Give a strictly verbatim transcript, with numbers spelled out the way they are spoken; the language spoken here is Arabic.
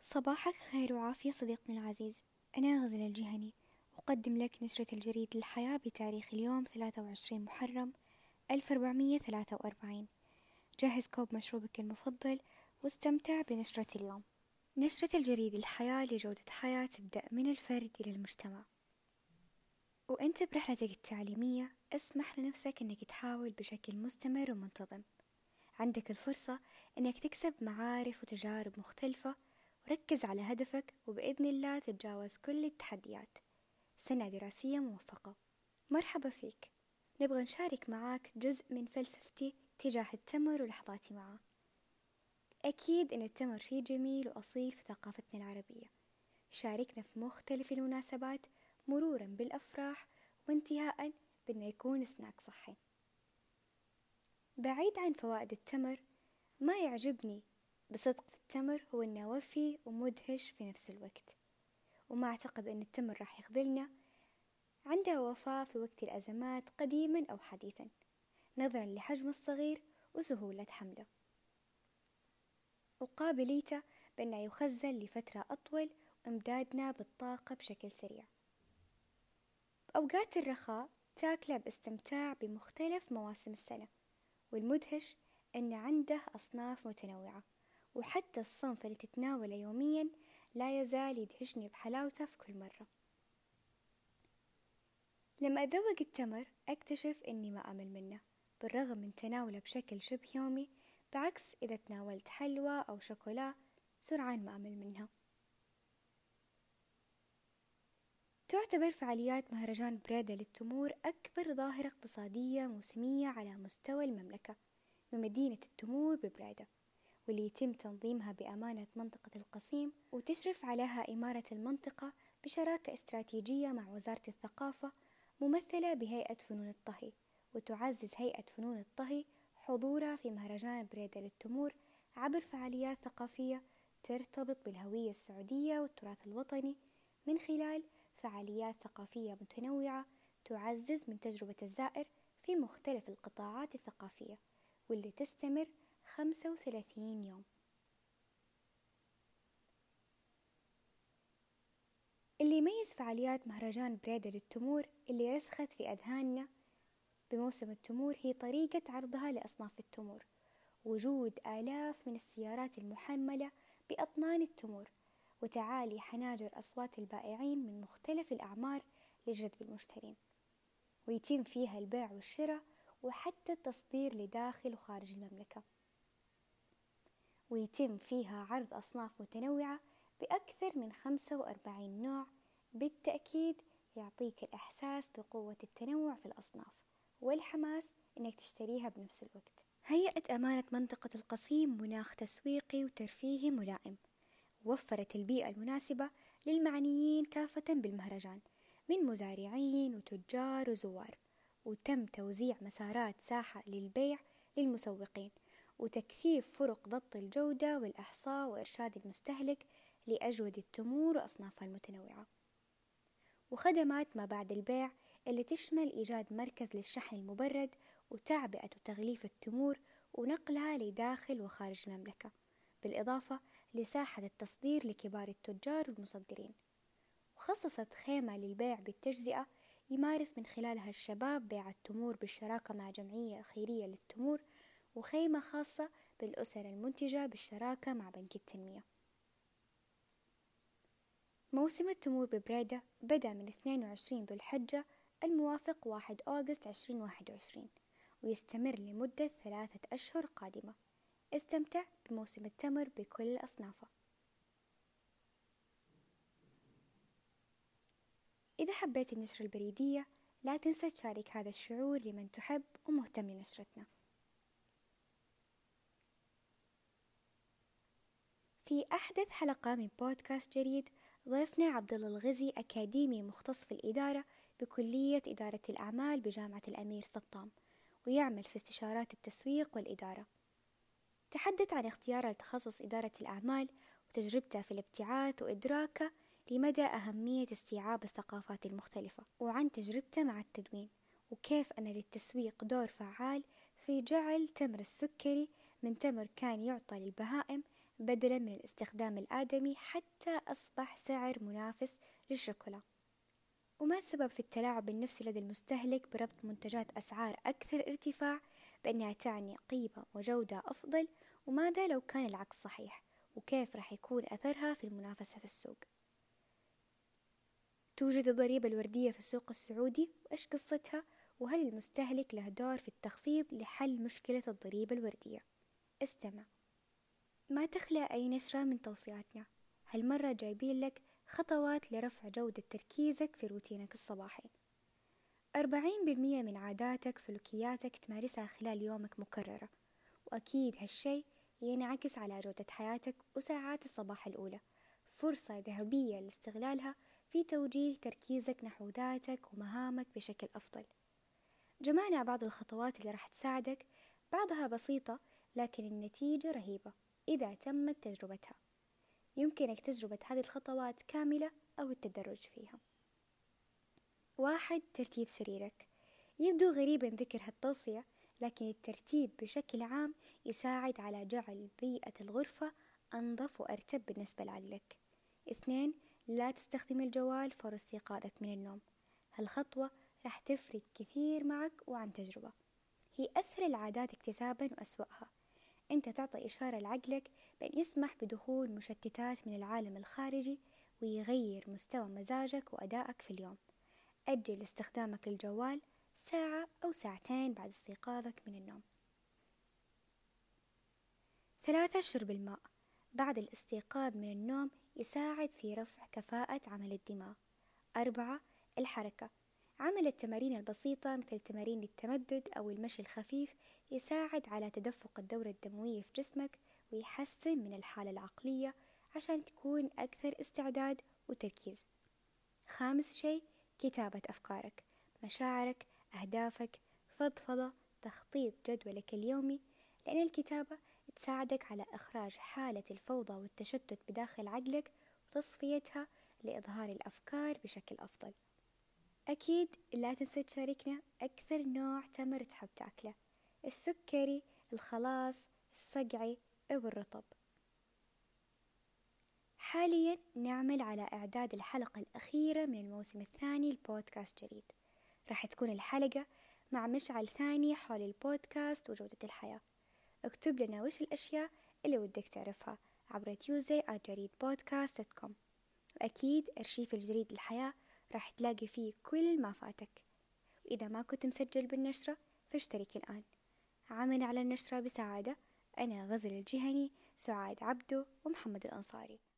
صباحك خير وعافية صديقنا العزيز. أنا غزل الجهني، أقدم لك نشرة الجريد للحياة بتاريخ اليوم ثلاثة وعشرين محرم ألف وأربعمية وثلاثة وأربعين. جهز كوب مشروبك المفضل واستمتع بنشرة اليوم. نشرة الجريد للحياة لجودة حياة تبدأ من الفرد إلى المجتمع. وأنت برحلتك التعليمية اسمح لنفسك أنك تحاول بشكل مستمر ومنتظم. عندك الفرصة أنك تكسب معارف وتجارب مختلفة، وركز على هدفك وبإذن الله تتجاوز كل التحديات. سنة دراسية موفقة. مرحبا فيك. نبغى نشارك معاك جزء من فلسفتي تجاه التمر ولحظاتي معه. أكيد أن التمر شيء جميل وأصيل في ثقافتنا العربية، شاركنا في مختلف المناسبات مرورا بالأفراح وانتهاء بأنه يكون سناك صحي. بعيد عن فوائد التمر، ما يعجبني بصدق في التمر هو أنه وفي ومدهش في نفس الوقت، وما أعتقد أن التمر راح يخذلنا. عنده وفاء في وقت الأزمات قديما أو حديثا، نظرا لحجمه الصغير وسهولة حمله، وقابليته بأنه يخزن لفترة أطول وإمدادنا بالطاقة بشكل سريع. بأوقات الرخاء تاكله باستمتاع بمختلف مواسم السنة، والمدهش أن عنده أصناف متنوعة، وحتى الصنف اللي تتناوله يوميا لا يزال يدهشني بحلاوته في كل مرة. لما أذوق التمر أكتشف أني ما أمل منه بالرغم من تناوله بشكل شبه يومي، بعكس إذا تناولت حلوى أو شوكولا سرعان ما أمل منها. تعتبر فعاليات مهرجان بريدة للتمور أكبر ظاهرة اقتصادية موسمية على مستوى المملكة بمدينة التمور ببريدة، واللي يتم تنظيمها بأمانة منطقة القصيم، وتشرف عليها إمارة المنطقة بشراكة استراتيجية مع وزارة الثقافة ممثلة بهيئة فنون الطهي. وتعزز هيئة فنون الطهي حضورها في مهرجان بريدة للتمور عبر فعاليات ثقافية ترتبط بالهوية السعودية والتراث الوطني، من خلال فعاليات ثقافية متنوعة تعزز من تجربة الزائر في مختلف القطاعات الثقافية، واللي تستمر خمسة وثلاثين يوم. اللي يميز فعاليات مهرجان بريدة للتمور اللي رسخت في أذهاننا بموسم التمور هي طريقة عرضها لأصناف التمور، وجود آلاف من السيارات المحملة بأطنان التمور، وتعالي حناجر أصوات البائعين من مختلف الأعمار لجذب المشترين، ويتم فيها البيع والشراء وحتى التصدير لداخل وخارج المملكة، ويتم فيها عرض أصناف متنوعة بأكثر من خمسة وأربعين نوع. بالتأكيد يعطيك الإحساس بقوة التنوع في الأصناف والحماس إنك تشتريها بنفس الوقت. هيئة أمانة منطقة القصيم مناخ تسويقي وترفيهي ملائم، وفرت البيئة المناسبة للمعنيين كافة بالمهرجان من مزارعين وتجار وزوار، وتم توزيع مسارات ساحة للبيع للمسوقين، وتكثيف فرق ضبط الجودة والإحصاء وإرشاد المستهلك لأجودة التمور وأصنافها المتنوعة، وخدمات ما بعد البيع اللي تشمل إيجاد مركز للشحن المبرد وتعبئة وتغليف التمور ونقلها لداخل وخارج المملكة، بالإضافة لساحة التصدير لكبار التجار والمصدرين. وخصصت خيمة للبيع بالتجزئة يمارس من خلالها الشباب بيع التمور بالشراكة مع جمعية خيرية للتمور، وخيمة خاصة بالأسر المنتجة بالشراكة مع بنك التنمية. موسم التمور ببريدة بدأ من اثنين وعشرين ذو الحجة الموافق واحد أغسطس عشرين واحد وعشرين، ويستمر لمدة ثلاثة أشهر قادمة. استمتع بموسم التمر بكل أصنافه. إذا حبيت النشرة البريدية لا تنسى تشارك هذا الشعور لمن تحب ومهتم لنشرتنا. في أحدث حلقة من بودكاست جريد، ضيفنا عبد الله الغزي أكاديمي مختص في الإدارة بكلية إدارة الأعمال بجامعة الأمير سطام، ويعمل في استشارات التسويق والإدارة. تحدث عن اختياره لتخصص إدارة الأعمال وتجربته في الابتعاث وإدراكه لمدى أهمية استيعاب الثقافات المختلفة، وعن تجربته مع التدوين وكيف أن للتسويق دور فعال في جعل تمر السكري من تمر كان يعطى للبهائم بدلا من الاستخدام الآدمي، حتى أصبح سعر منافس للشوكولا. وما السبب في التلاعب النفسي لدى المستهلك بربط منتجات أسعار أكثر ارتفاع بأنها تعني قيمة وجودة أفضل؟ وماذا لو كان العكس صحيح؟ وكيف راح يكون أثرها في المنافسة في السوق؟ توجد الضريبة الوردية في السوق السعودي، وإيش قصتها؟ وهل المستهلك له دور في التخفيض لحل مشكلة الضريبة الوردية؟ استمع، ما تخلى أي نشرة من توصياتنا، هالمرة جايبين لك خطوات لرفع جودة تركيزك في روتينك الصباحي. أربعين بالمئة من عاداتك سلوكياتك تمارسها خلال يومك مكررة، وأكيد هالشي ينعكس على جودة حياتك وساعات الصباح الأولى، فرصة ذهبية لاستغلالها في توجيه تركيزك نحو ذاتك ومهامك بشكل أفضل. جمعنا بعض الخطوات اللي راح تساعدك، بعضها بسيطة لكن النتيجة رهيبة إذا تمت تجربتها. يمكنك تجربة هذه الخطوات كاملة أو التدرج فيها. واحد، ترتيب سريرك. يبدو غريبا ذكر هالتوصية، لكن الترتيب بشكل عام يساعد على جعل بيئة الغرفة أنظف وأرتب بالنسبة لعقلك. اثنين، لا تستخدم الجوال فور استيقاظك من النوم. هالخطوة راح تفرق كثير معك وعن تجربة، هي أسهل العادات اكتسابا وأسوأها. أنت تعطي إشارة لعقلك بأن يسمح بدخول مشتتات من العالم الخارجي ويغير مستوى مزاجك وأدائك في اليوم. أجل استخدامك للجوال ساعة أو ساعتين بعد استيقاظك من النوم. ثلاثة، شرب الماء بعد الاستيقاظ من النوم يساعد في رفع كفاءة عمل الدماغ. أربعة، الحركة. عمل التمارين البسيطة مثل تمارين التمدد أو المشي الخفيف يساعد على تدفق الدورة الدموية في جسمك ويحسن من الحالة العقلية عشان تكون أكثر استعداد وتركيز. خامس شيء، كتابة أفكارك، مشاعرك، أهدافك، فضفضة، تخطيط جدولك اليومي، لأن الكتابة تساعدك على إخراج حالة الفوضى والتشتت بداخل عقلك وتصفيتها لإظهار الأفكار بشكل أفضل. أكيد لا تنسى تشاركنا أكثر نوع تمر تحب تاكله، السكري، الخلاص، الصقعي أو الرطب. حاليا نعمل على إعداد الحلقة الأخيرة من الموسم الثاني لبودكاست جديد، راح تكون الحلقة مع مشعل ثاني حول البودكاست وجودة الحياة. اكتب لنا وش الأشياء اللي ودك تعرفها عبر تيوزي آت جريد بودكاست دوت كوم، وأكيد أرشيف الجريد الحياة راح تلاقي فيه كل ما فاتك. وإذا ما كنت مسجل بالنشرة فاشترك الآن. عمل على النشرة بسعادة، أنا غزل الجهني، سعاد عبدو ومحمد الأنصاري.